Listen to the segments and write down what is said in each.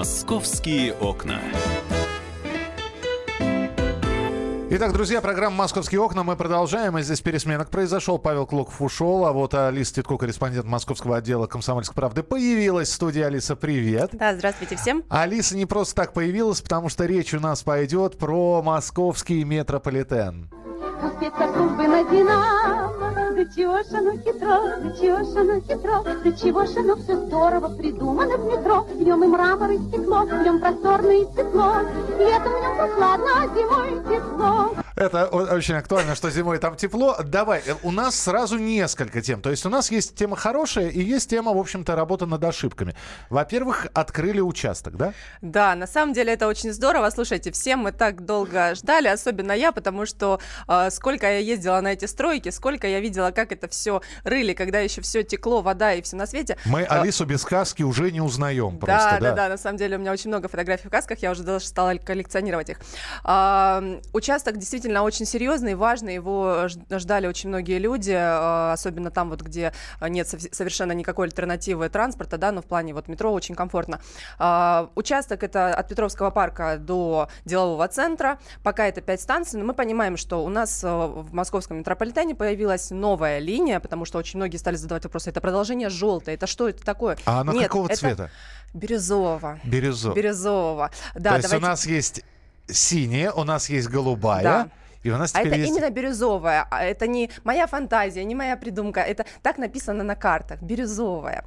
Московские окна. Итак, друзья, программа «Московские окна». Мы продолжаем. И здесь пересменок произошел. Павел Клоков ушел, а вот Алиса Титко, корреспондент московского отдела «Комсомольской правды», появилась в студии. Алиса, привет. Да, здравствуйте всем. Алиса не просто так появилась, потому что речь у нас пойдет про московский метрополитен. Успеться клубы на «Динамо», да чего ж оно хитро, да чего ж оно хитро, да чего ж оно все здорово придумано в метро. Днем и мрамор, и стекло, днем просторное и тепло, летом в нем прохладно, а зимой тепло. Это очень актуально, что зимой там тепло. Давай, у нас сразу несколько тем. То есть у нас есть тема хорошая и есть тема, в общем-то, работа над ошибками. Во-первых, открыли участок, да? Да, на самом деле это очень здорово. Слушайте, все мы так долго ждали, особенно я, потому что сколько я ездила на эти стройки, сколько я видела, как это все рыли, когда еще все текло, вода и все на свете. Мы Алису без каски уже не узнаем просто, да? Да, на самом деле у меня очень много фотографий в касках, я уже даже стала коллекционировать их. Участок действительно очень серьезный, важный, его ждали очень многие люди, особенно там вот, где нет совершенно никакой альтернативы транспорта, да, но в плане вот метро очень комфортно. Участок это от Петровского парка до делового центра, пока это 5 станций, но мы понимаем, что у нас в московском метрополитене появилась новая линия, потому что очень многие стали задавать вопросы, это продолжение желтой, это что это такое? А она какого цвета? Бирюзового. Да, то есть у нас есть синяя, у нас есть голубая. Да. И у нас теперь это есть... именно бирюзовая, это не моя фантазия, не моя придумка, это так написано на картах, бирюзовая.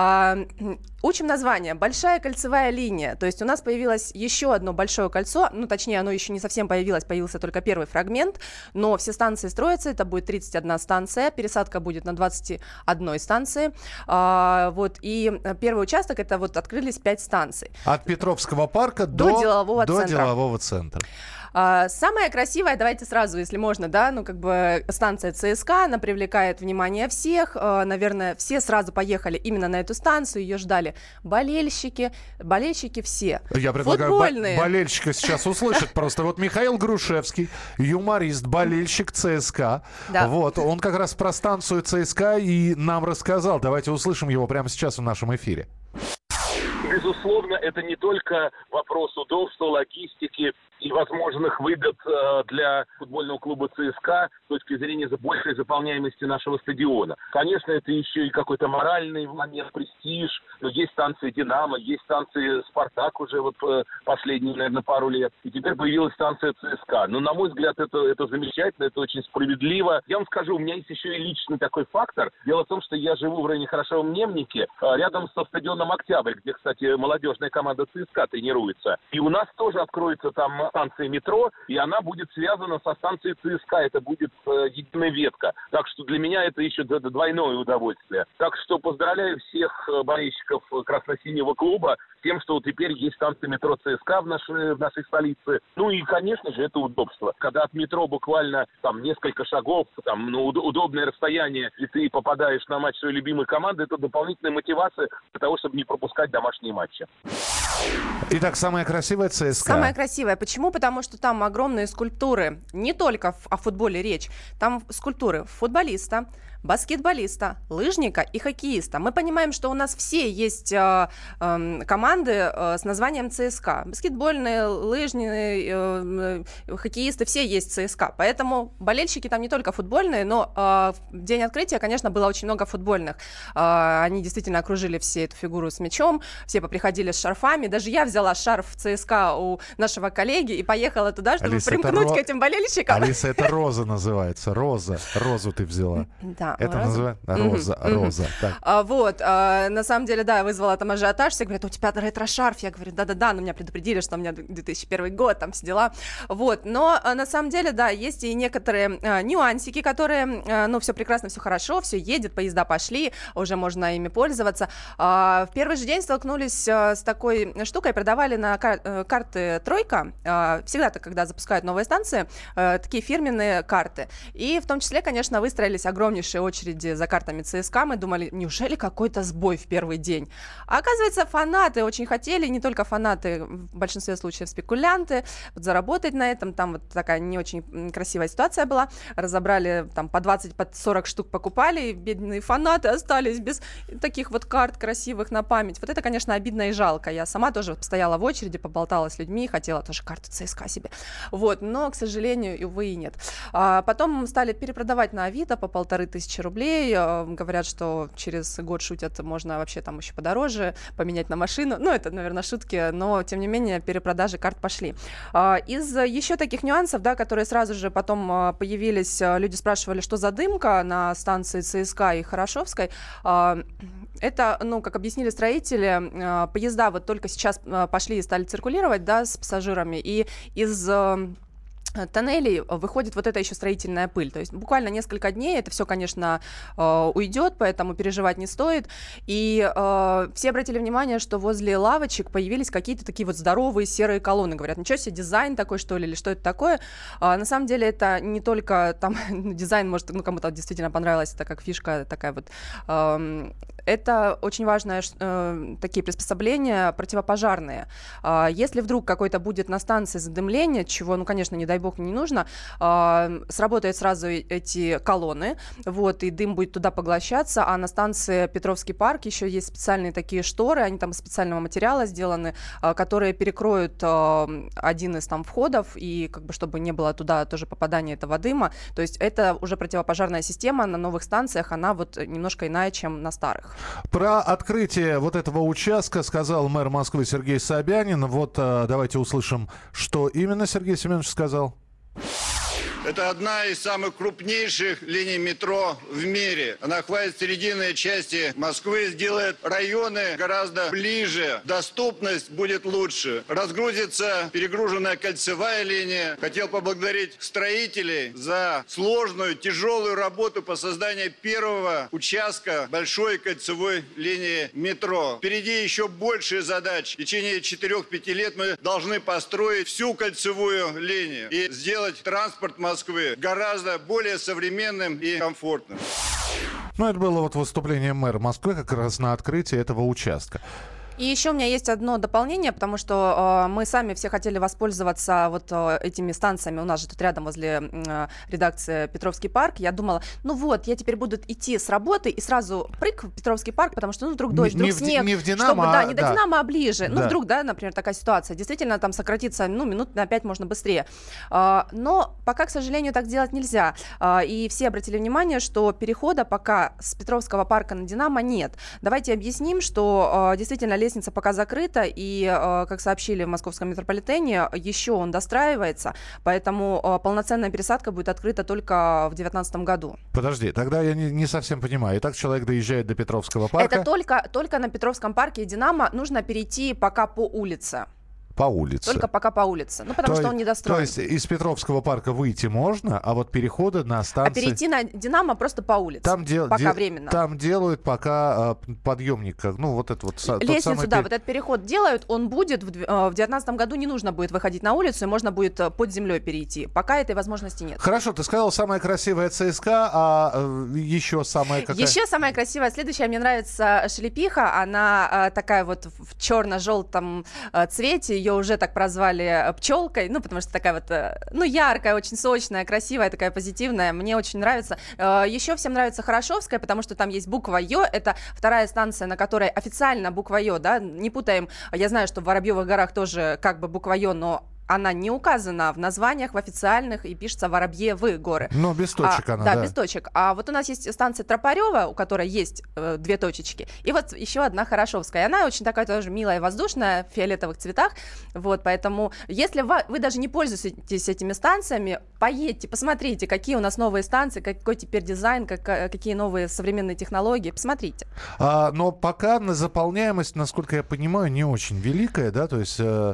Учим название, большая кольцевая линия, то есть у нас появилось еще одно большое кольцо, ну точнее оно еще не совсем появился только первый фрагмент, но все станции строятся, это будет 31 станция, пересадка будет на 21 станции, вот, и первый участок это вот открылись 5 станций. От Петровского парка до делового центра. Самая красивая, давайте сразу, если можно, да, ну как бы станция ЦСКА, она привлекает внимание всех, наверное, все сразу поехали именно на эту станцию, ее ждали болельщики все. Я предлагаю футбольные. Болельщика сейчас услышать просто. Вот Михаил Грушевский, юморист, болельщик ЦСКА, да. Вот, он как раз про станцию ЦСКА и нам рассказал. Давайте услышим его прямо сейчас в нашем эфире. Безусловно, это не только вопрос удобства, логистики и возможных выгод для футбольного клуба ЦСКА с точки зрения большей заполняемости нашего стадиона. Конечно, это еще и какой-то моральный момент, престиж. Но есть станции «Динамо», есть станции «Спартак» уже вот последние, наверное, пару лет. И теперь появилась станция ЦСКА. Но, на мой взгляд, это замечательно, это очень справедливо. Я вам скажу, у меня есть еще и личный такой фактор. Дело в том, что я живу в районе Хорошева-Мнемники, рядом со стадионом «Октябрь», где, кстати, молодежная команда ЦСКА тренируется. И у нас тоже откроется там станция метро, и она будет связана со станцией ЦСКА. Это будет единая ветка. Так что для меня это еще двойное удовольствие. Так что поздравляю всех болельщиков красно-синего клуба с тем, что теперь есть станция метро ЦСКА в нашей столице. Ну и, конечно же, это удобство. Когда от метро буквально там несколько шагов, там, удобное расстояние, и ты попадаешь на матч своей любимой команды, это дополнительная мотивация для того, чтобы не пропускать домашние матчи. Итак, самая красивая ЦСКА. Самая красивая. Почему? Потому что там огромные скульптуры. Не только о футболе речь. Там скульптуры футболиста, баскетболиста, лыжника и хоккеиста. Мы понимаем, что у нас все есть команды с названием ЦСКА. Баскетбольные, лыжные, хоккеисты, все есть ЦСКА. Поэтому болельщики там не только футбольные, но в день открытия, конечно, было очень много футбольных. Они действительно окружили все эту фигуру с мячом, все поприходили с шарфами. Даже я взяла шарф ЦСКА у нашего коллеги и поехала туда, чтобы примкнуть к этим болельщикам. Алиса, это роза называется. Розу ты взяла. Да. Это называется роза. Вот, на самом деле, да, вызвала там ажиотаж, все говорят, у тебя ретро-шарф, я говорю, да-да-да, но меня предупредили, что у меня 2001 год, там все дела, вот, но на самом деле, да, есть и некоторые нюансики, которые, ну, все прекрасно, все хорошо, все едет, поезда пошли, уже можно ими пользоваться. В первый же день столкнулись с такой штукой, продавали на карты «Тройка», всегда-то, когда запускают новые станции, такие фирменные карты, и в том числе, конечно, выстроились огромнейшие очереди за картами ЦСКА. Мы думали, неужели какой-то сбой в первый день? А оказывается, фанаты очень хотели, не только фанаты, в большинстве случаев спекулянты, вот заработать на этом. Там вот такая не очень красивая ситуация была. Разобрали там по 20, по 40 штук покупали, и бедные фанаты остались без таких вот карт красивых на память. Вот это, конечно, обидно и жалко. Я сама тоже стояла в очереди, поболтала с людьми, хотела тоже карту ЦСКА себе. Вот, но, к сожалению, увы, и нет. Потом стали перепродавать на Авито по 1500 рублей. Говорят, что через год шутят, можно вообще там еще подороже поменять на машину. Ну, это, наверное, шутки, но, тем не менее, перепродажи карт пошли. Из еще таких нюансов, да, которые сразу же потом появились, люди спрашивали, что за дымка на станции ЦСКА и Хорошевской. Это, ну, как объяснили строители, поезда вот только сейчас пошли и стали циркулировать, да, с пассажирами, и из тоннелей выходит вот эта еще строительная пыль. То есть буквально несколько дней это все, конечно, уйдет, поэтому переживать не стоит. И все обратили внимание, что возле лавочек появились какие-то такие вот здоровые серые колонны. Говорят, ничего себе, дизайн такой, что ли, или что это такое? На самом деле это не только там дизайн, может, ну, кому-то действительно понравилось, это как фишка такая вот. Это очень важные такие приспособления противопожарные. Если вдруг какой-то будет на станции задымление, чего, ну, конечно, не дай бог, не нужно, сработают сразу эти колонны, вот, и дым будет туда поглощаться, а на станции Петровский парк еще есть специальные такие шторы, они там из специального материала сделаны, которые перекроют один из там входов, и как бы чтобы не было туда тоже попадания этого дыма. То есть это уже противопожарная система на новых станциях, она вот немножко иная, чем на старых. Про открытие вот этого участка сказал мэр Москвы Сергей Собянин. Вот давайте услышим, что именно Сергей Семенович сказал. Это одна из самых крупнейших линий метро в мире. Она охватит срединные части Москвы, сделает районы гораздо ближе. Доступность будет лучше. Разгрузится перегруженная кольцевая линия. Хотел поблагодарить строителей за сложную, тяжелую работу по созданию первого участка большой кольцевой линии метро. Впереди еще больше задач. В течение 4-5 лет мы должны построить всю кольцевую линию и сделать транспорт Москвы гораздо более современным и комфортным. Ну, это было вот выступление мэра Москвы как раз на открытии этого участка. И еще у меня есть одно дополнение, потому что мы сами все хотели воспользоваться вот этими станциями. У нас же тут рядом возле редакции Петровский парк. Я думала, ну вот, я теперь буду идти с работы и сразу прыг в Петровский парк, потому что, ну, вдруг дождь, вдруг снег. Не в Динамо, чтобы, да, не до Динамо, а ближе. Ну, да. Вдруг, да, например, такая ситуация. Действительно, там сократится, ну, минут на 5 можно быстрее. Но пока, к сожалению, так делать нельзя. И все обратили внимание, что перехода пока с Петровского парка на Динамо нет. Давайте объясним, что действительно лестница пока закрыта, и, как сообщили в московском метрополитене, еще он достраивается, поэтому полноценная пересадка будет открыта только в 2019 году. Подожди, тогда я не совсем понимаю. Итак, человек доезжает до Петровского парка. Это только на Петровском парке и Динамо нужно перейти пока по улице. По улице. Только пока по улице. Ну, потому что он недостроен. То есть из Петровского парка выйти можно, а вот переходы на станции... А перейти на Динамо просто по улице. Пока временно. Там делают пока подъемник, ну, вот это вот... Лестницу, да, вот этот переход делают, он будет, в 2019 году не нужно будет выходить на улицу, и можно будет под землей перейти. Пока этой возможности нет. Хорошо, ты сказала, самая красивая ЦСКА, а еще самая какая? Еще самая красивая, следующая, мне нравится Шелепиха, она такая вот в черно-желтом цвете, ее уже так прозвали пчелкой, ну, потому что такая вот, ну, яркая, очень сочная, красивая, такая позитивная, мне очень нравится. Еще всем нравится Хорошевская, потому что там есть буква Ё, это вторая станция, на которой официально буква Ё, да, не путаем, я знаю, что в Воробьевых горах тоже как бы буква Ё, но она не указана в названиях, в официальных, и пишется Воробьевы горы. Но без точек она, да. Да, без точек. А вот у нас есть станция Тропарева, у которой есть 2 точечки, и вот еще одна Хорошевская. Она очень такая тоже милая и воздушная, в фиолетовых цветах. Вот, поэтому, если вы даже не пользуетесь этими станциями, поедьте, посмотрите, какие у нас новые станции, какой теперь дизайн, какие новые современные технологии, посмотрите. Но пока заполняемость, насколько я понимаю, не очень великая, да, то есть...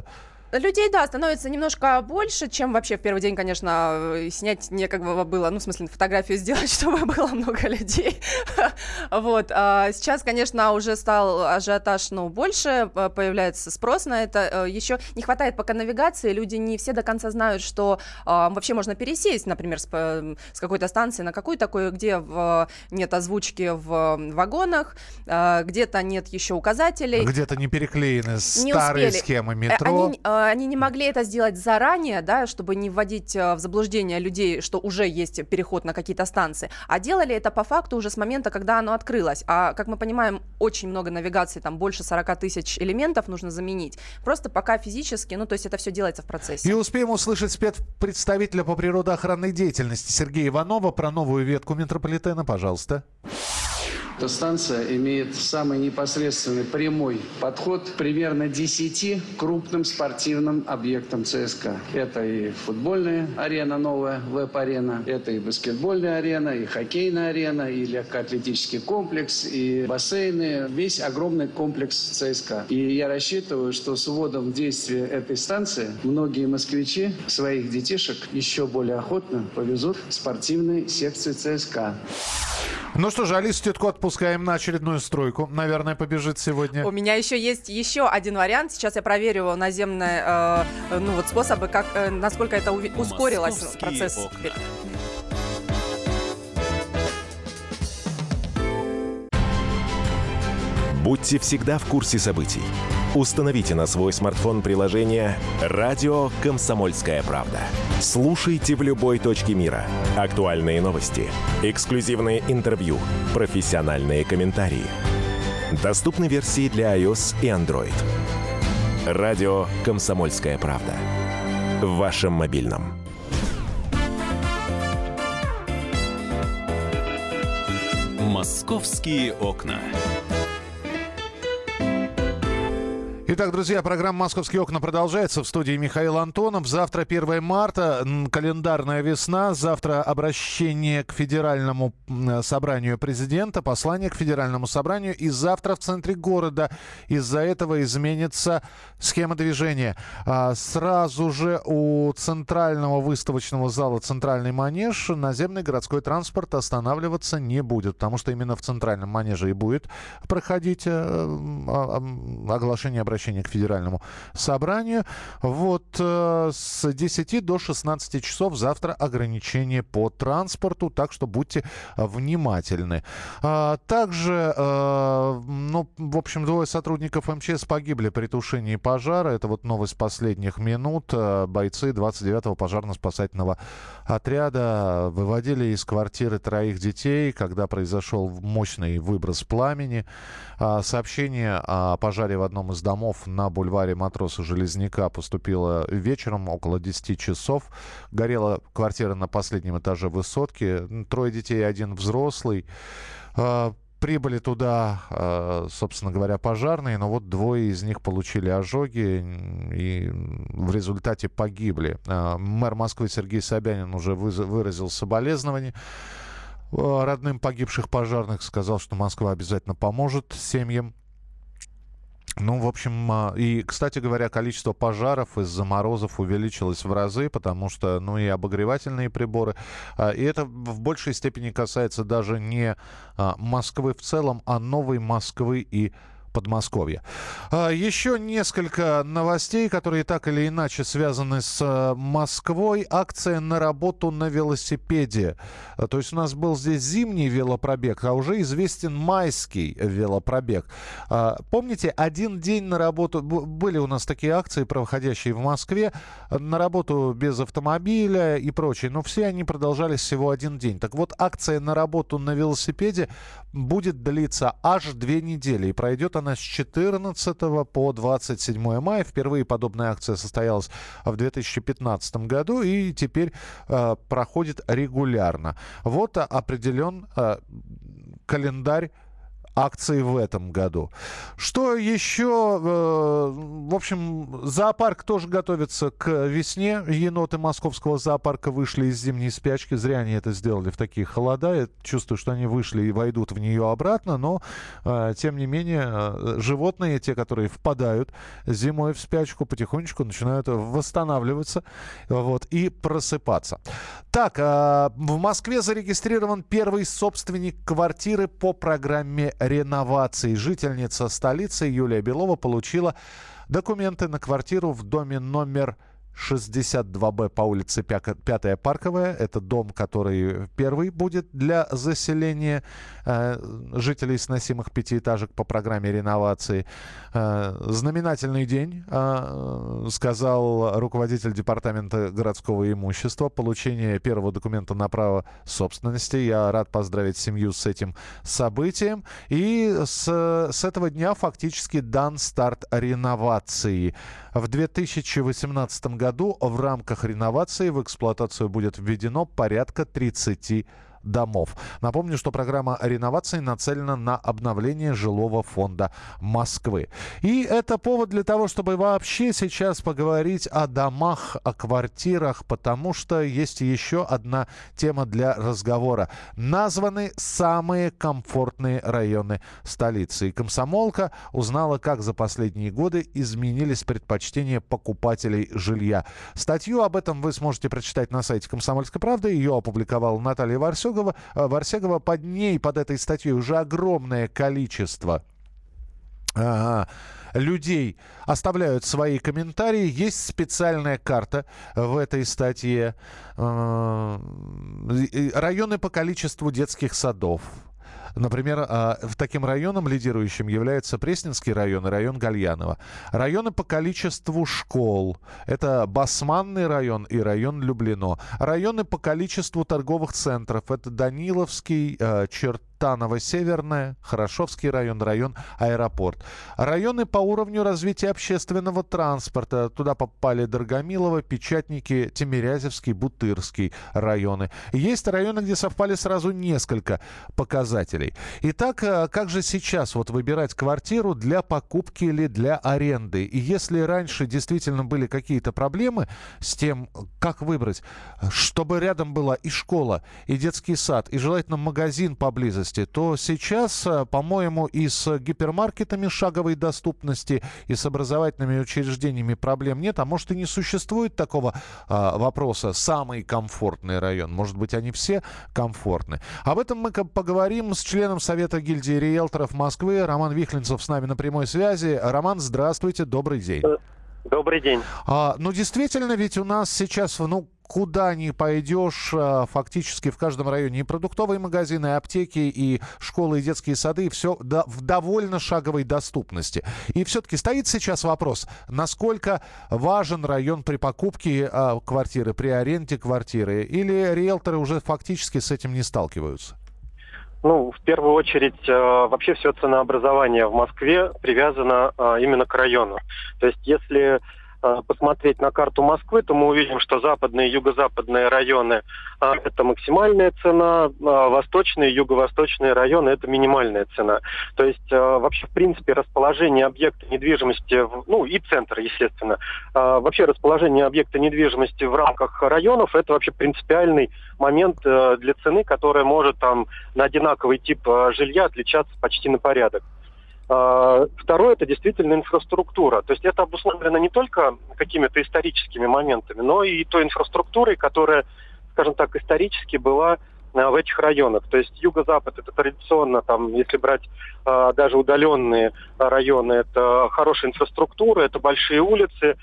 Людей, да, становится немножко больше, чем вообще в первый день, конечно, снять некогда было, ну, в смысле, фотографию сделать, чтобы было много людей. Вот. Сейчас, конечно, уже стал ажиотаж, ну, больше, появляется спрос на это. Еще не хватает пока навигации, люди не все до конца знают, что вообще можно пересесть, например, с какой-то станции на какую-то, где нет озвучки в вагонах, где-то нет еще указателей. Где-то не переклеены старые схемы метро. Они не могли это сделать заранее, да, чтобы не вводить в заблуждение людей, что уже есть переход на какие-то станции, а делали это по факту уже с момента, когда оно открылось. А, как мы понимаем, очень много навигаций, там больше 40 тысяч элементов нужно заменить. Просто пока физически, ну, то есть это все делается в процессе. И успеем услышать спецпредставителя по природоохранной деятельности Сергея Иванова про новую ветку метрополитена, пожалуйста. Эта станция имеет самый непосредственный прямой подход к примерно 10 крупным спортивным объектам ЦСКА. Это и футбольная арена новая, веб-арена, это и баскетбольная арена, и хоккейная арена, и легкоатлетический комплекс, и бассейны, весь огромный комплекс ЦСКА. И я рассчитываю, что с вводом в действие этой станции многие москвичи своих детишек еще более охотно повезут в спортивные секции ЦСКА. Ну что же, Алису Тетку отпускаем на очередную стройку. Наверное, побежит сегодня. У меня есть еще один вариант. Сейчас я проверю наземные способы, насколько это ускорилось процесс. Будьте всегда в курсе событий. Установите на свой смартфон приложение «Радио Комсомольская правда». Слушайте в любой точке мира. Актуальные новости, эксклюзивные интервью, профессиональные комментарии. Доступны версии для iOS и Android. «Радио Комсомольская правда». В вашем мобильном. «Московские окна». Итак, друзья, программа «Московские окна» продолжается. В студии Михаил Антонов. Завтра 1 марта, календарная весна. Завтра обращение к Федеральному собранию президента, послание к Федеральному собранию. И завтра в центре города из-за этого изменится схема движения. Сразу же у центрального выставочного зала «Центральный манеж» наземный городской транспорт останавливаться не будет, потому что именно в центральном манеже и будет проходить оглашение обращения к Федеральному собранию. Вот с 10 до 16 часов завтра ограничения по транспорту, так что будьте внимательны. Также, в общем, 2 сотрудников МЧС погибли при тушении пожара. Это вот новость последних минут. Бойцы 29-го пожарно-спасательного отряда выводили из квартиры 3 детей, когда произошел мощный выброс пламени. Сообщение о пожаре в одном из домов на бульваре Матроса Железняка поступило вечером около 10 часов. Горела квартира на последнем этаже высотки. 3 детей и 1 взрослый. Прибыли туда, собственно говоря, пожарные, но вот 2 из них получили ожоги и в результате погибли. Мэр Москвы Сергей Собянин уже выразил соболезнования родным погибших пожарных, сказал, что Москва обязательно поможет семьям. Ну, в общем, и, кстати говоря, количество пожаров из-за морозов увеличилось в разы, потому что, и обогревательные приборы. И это в большей степени касается даже не Москвы в целом, а Новой Москвы и Подмосковья. Еще несколько новостей, которые так или иначе связаны с Москвой. Акция на работу на велосипеде. То есть у нас был здесь зимний велопробег, а уже известен майский велопробег. Помните, 1 день на работу... Были у нас такие акции, проходящие в Москве, на работу без автомобиля и прочее. Но все они продолжались всего 1 день. Так вот, акция на работу на велосипеде будет длиться аж 2 недели. И пройдет она с 14 по 27 мая. Впервые подобная акция состоялась в 2015 году и теперь проходит регулярно. Вот определен календарь акции в этом году. Что еще? В общем, зоопарк тоже готовится к весне. Еноты московского зоопарка вышли из зимней спячки. Зря они это сделали в такие холода. Я чувствую, что они вышли и войдут в нее обратно. Но, тем не менее, животные, те, которые впадают зимой в спячку, потихонечку начинают восстанавливаться и просыпаться. Так, в Москве зарегистрирован первый собственник квартиры по программе реновации. Жительница столицы Юлия Белова получила документы на квартиру в доме номер 62Б по улице 5-я Парковая. Это дом, который первый будет для заселения жителей сносимых пятиэтажек по программе реновации. Знаменательный день, сказал руководитель департамента городского имущества. Получение первого документа на право собственности. Я рад поздравить семью с этим событием. И с этого дня фактически дан старт реновации. В 2018 году в рамках реновации в эксплуатацию будет введено порядка 30 домов. Напомню, что программа реновации нацелена на обновление жилого фонда Москвы. И это повод для того, чтобы вообще сейчас поговорить о домах, о квартирах, потому что есть еще одна тема для разговора. Названы самые комфортные районы столицы. И «Комсомолка» узнала, как за последние годы изменились предпочтения покупателей жилья. Статью об этом вы сможете прочитать на сайте «Комсомольской правды». Ее опубликовала Наталья Варсегова. Под ней, под этой статьей, уже огромное количество людей оставляют свои комментарии. Есть специальная карта в этой статье. Районы по количеству детских садов. Например, таким районом лидирующим является Пресненский район и район Гальянова. Районы по количеству школ. Это Басманный район и район Люблино. Районы по количеству торговых центров. Это Даниловский, Чертаново-Северное, Хорошевский район, район Аэропорт. Районы по уровню развития общественного транспорта. Туда попали Дорогомилово, Печатники, Тимирязевский, Бутырский районы. Есть районы, где совпали сразу несколько показателей. Итак, как же сейчас выбирать квартиру для покупки или для аренды? И если раньше действительно были какие-то проблемы с тем, как выбрать, чтобы рядом была и школа, и детский сад, и желательно магазин поблизости, то сейчас, по-моему, и с гипермаркетами шаговой доступности, и с образовательными учреждениями проблем нет, а может и не существует такого вопроса «самый комфортный район». Может быть, они все комфортны. Об этом мы поговорим с членом Совета гильдии риэлторов Москвы. Роман Вихленцев с нами на прямой связи. Роман, здравствуйте, добрый день. Добрый день. Действительно, ведь у нас сейчас, куда ни пойдешь, фактически в каждом районе и продуктовые магазины, и аптеки, и школы, и детские сады, все в довольно шаговой доступности. И все-таки стоит сейчас вопрос, насколько важен район при покупке квартиры, при аренде квартиры, или риэлторы уже фактически с этим не сталкиваются? В первую очередь, вообще все ценообразование в Москве привязано именно к району. То есть, если посмотреть на карту Москвы, то мы увидим, что западные и юго-западные районы это максимальная цена, восточные и юго-восточные районы это минимальная цена. То есть вообще, в принципе, расположение объекта недвижимости, и центр, естественно, вообще расположение объекта недвижимости в рамках районов это вообще принципиальный момент для цены, которая может на одинаковый тип жилья отличаться почти на порядок. Второе, это действительно инфраструктура. То есть это обусловлено не только какими-то историческими моментами, но и той инфраструктурой, которая, скажем так, исторически была в этих районах. То есть юго-запад это традиционно, если брать даже удаленные районы, это хорошая инфраструктура, это большие улицы.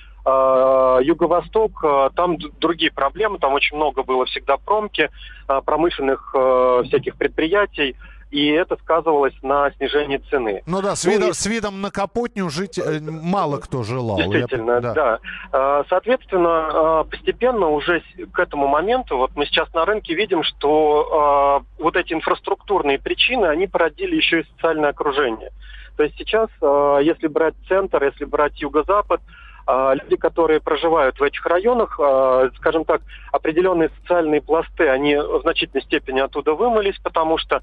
Юго-восток, там другие проблемы, там очень много было всегда промки, промышленных всяких предприятий. И это сказывалось на снижении цены. С видом на Капотню жить мало кто желал. Действительно, да. Соответственно, постепенно уже к этому моменту, мы сейчас на рынке видим, что эти инфраструктурные причины, они породили еще и социальное окружение. То есть сейчас, если брать центр, если брать юго-запад, люди, которые проживают в этих районах, скажем так, определенные социальные пласты, они в значительной степени оттуда вымылись, потому что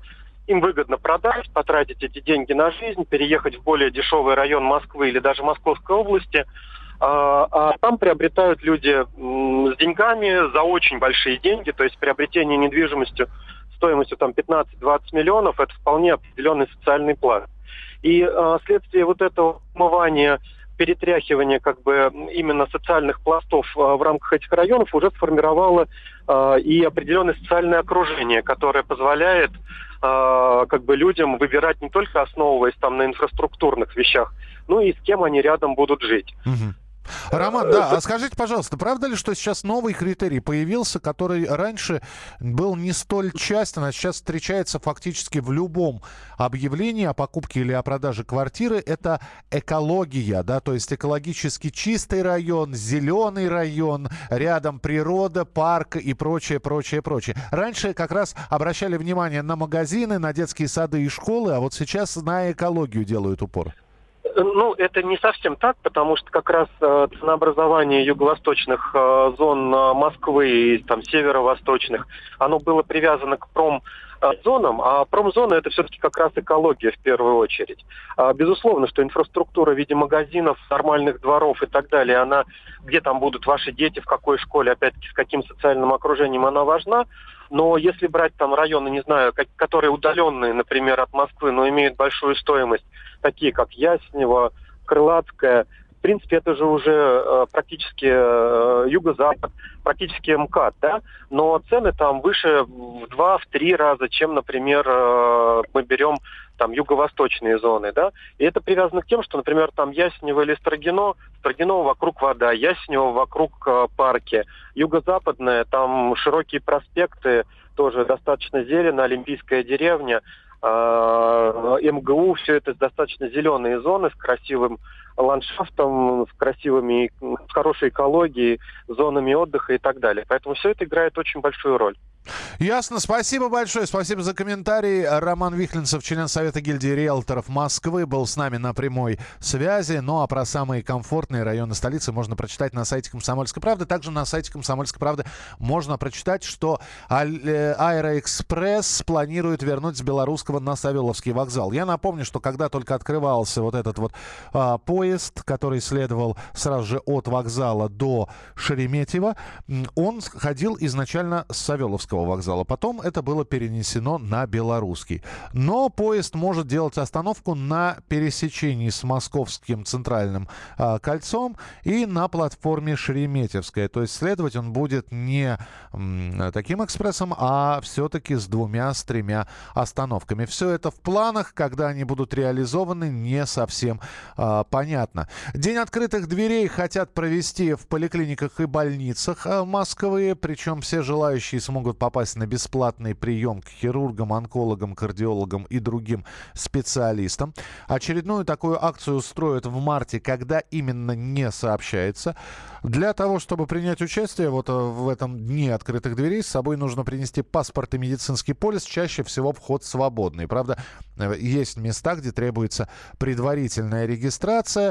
им выгодно продать, потратить эти деньги на жизнь, переехать в более дешевый район Москвы или даже Московской области, а там приобретают люди с деньгами за очень большие деньги, то есть приобретение недвижимостью стоимостью там 15-20 миллионов, это вполне определенный социальный план. И вследствие вот этого умывания, перетряхивания как бы именно социальных пластов в рамках этих районов уже сформировало и определенное социальное окружение, которое позволяет как бы людям выбирать не только основываясь там на инфраструктурных вещах, но и с кем они рядом будут жить. Роман, да, а скажите, пожалуйста, правда ли, что сейчас новый критерий появился, который раньше был не столь часто, а сейчас встречается фактически в любом объявлении о покупке или о продаже квартиры? Это экология, да, то есть экологически чистый район, зеленый район, рядом природа, парк и прочее, прочее, прочее. Раньше как раз обращали внимание на магазины, на детские сады и школы, а вот сейчас на экологию делают упор. Ну, это не совсем так, потому что как раз ценообразование юго-восточных зон Москвы и там северо-восточных, оно было привязано к промзонам, а промзоны это все-таки как раз экология в первую очередь. Безусловно, что инфраструктура в виде магазинов, нормальных дворов и так далее, она, где там будут ваши дети, в какой школе, опять-таки, с каким социальным окружением, она важна. Но если брать там районы, не знаю, которые удаленные, например, от Москвы, но имеют большую стоимость, такие как Яснево, Крылатская, в принципе, это же уже практически юго-запад, практически МКАД, да? Но цены там выше в 2-3 раза, чем, например, мы берем там юго-восточные зоны, да? И это привязано к тем, что, например, там Яснево или Строгино вокруг вода, Яснево вокруг парки, юго-западная, там широкие проспекты, тоже достаточно зелено, Олимпийская деревня, МГУ, все это достаточно зеленые зоны с красивым ландшафтом, с хорошей экологией, зонами отдыха и так далее. Поэтому все это играет очень большую роль. Ясно. Спасибо большое. Спасибо за комментарий. Роман Вихленцев, член Совета гильдии риэлторов Москвы, был с нами на прямой связи. Ну а про самые комфортные районы столицы можно прочитать на сайте «Комсомольской правды». Также на сайте «Комсомольской правды» можно прочитать, что Аэроэкспресс планирует вернуть с Белорусского на Савеловский вокзал. Я напомню, что когда только открывался вот этот вот поезд, который следовал сразу же от вокзала до Шереметьево, он ходил изначально с Савеловского вокзала. Потом это было перенесено на Белорусский. Но поезд может делать остановку на пересечении с Московским центральным кольцом и на платформе Шереметьевская. То есть следовать он будет не таким экспрессом, а все-таки с 2-3 остановками. Все это в планах. Когда они будут реализованы, не совсем понятно. День открытых дверей хотят провести в поликлиниках и больницах Москвы. Причем все желающие смогут попасть на бесплатный прием к хирургам, онкологам, кардиологам и другим специалистам. Очередную такую акцию устроят в марте, когда именно не сообщается. Для того, чтобы принять участие вот в этом дне открытых дверей, с собой нужно принести паспорт и медицинский полис. Чаще всего вход свободный. Правда, есть места, где требуется предварительная регистрация.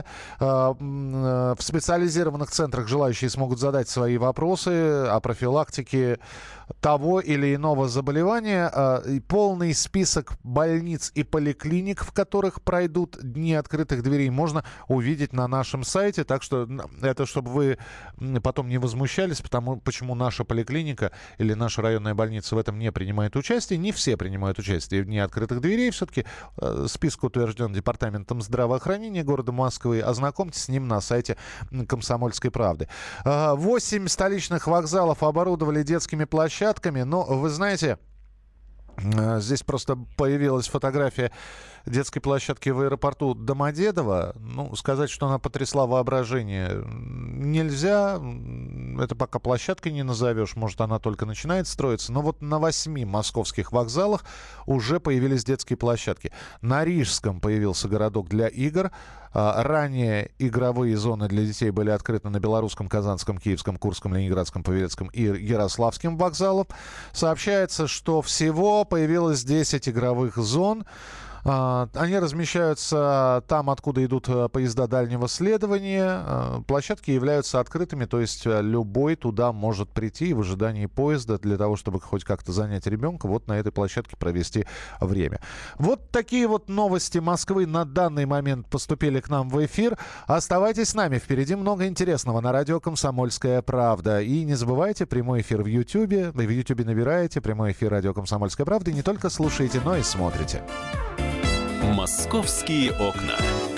В специализированных центрах желающие смогут задать свои вопросы о профилактике того или иного заболевания. Полный список больниц и поликлиник, в которых пройдут дни открытых дверей, можно увидеть на нашем сайте. Так что это, чтобы вы потом не возмущались, почему наша поликлиника или наша районная больница в этом не принимает участие. Не все принимают участие в дни открытых дверей. Все-таки список утвержден Департаментом здравоохранения города Москвы. Ознакомьтесь с ним на сайте «Комсомольской правды». 8 столичных вокзалов оборудовали детскими площадками. Но, вы знаете, здесь просто появилась фотография детской площадки в аэропорту Домодедово. Ну, сказать, что она потрясла воображение, нельзя. Это пока площадкой не назовешь. Может, она только начинает строиться. Но вот на 8 московских вокзалах уже появились детские площадки. На Рижском появился городок для игр. Ранее игровые зоны для детей были открыты на Белорусском, Казанском, Киевском, Курском, Ленинградском, Павелецком и Ярославском вокзалах. Сообщается, что всего появилось 10 игровых зон. Они размещаются там, откуда идут поезда дальнего следования. Площадки являются открытыми, то есть любой туда может прийти в ожидании поезда для того, чтобы хоть как-то занять ребенка, вот на этой площадке провести время. Вот такие вот новости Москвы на данный момент поступили к нам в эфир. Оставайтесь с нами, впереди много интересного на радио «Комсомольская правда». И не забывайте, прямой эфир в Ютьюбе. В Ютьюбе набираете прямой эфир радио «Комсомольская правда» и не только слушаете, но и смотрите. «Московские окна».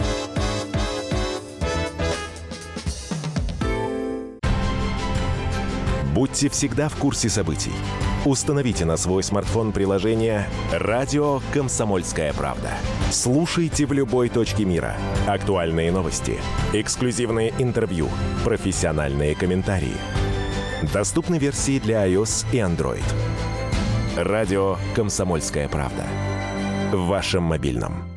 Будьте всегда в курсе событий. Установите на свой смартфон приложение «Радио Комсомольская правда». Слушайте в любой точке мира. Актуальные новости, эксклюзивные интервью, профессиональные комментарии. Доступны версии для iOS и Android. «Радио Комсомольская правда». В вашем мобильном.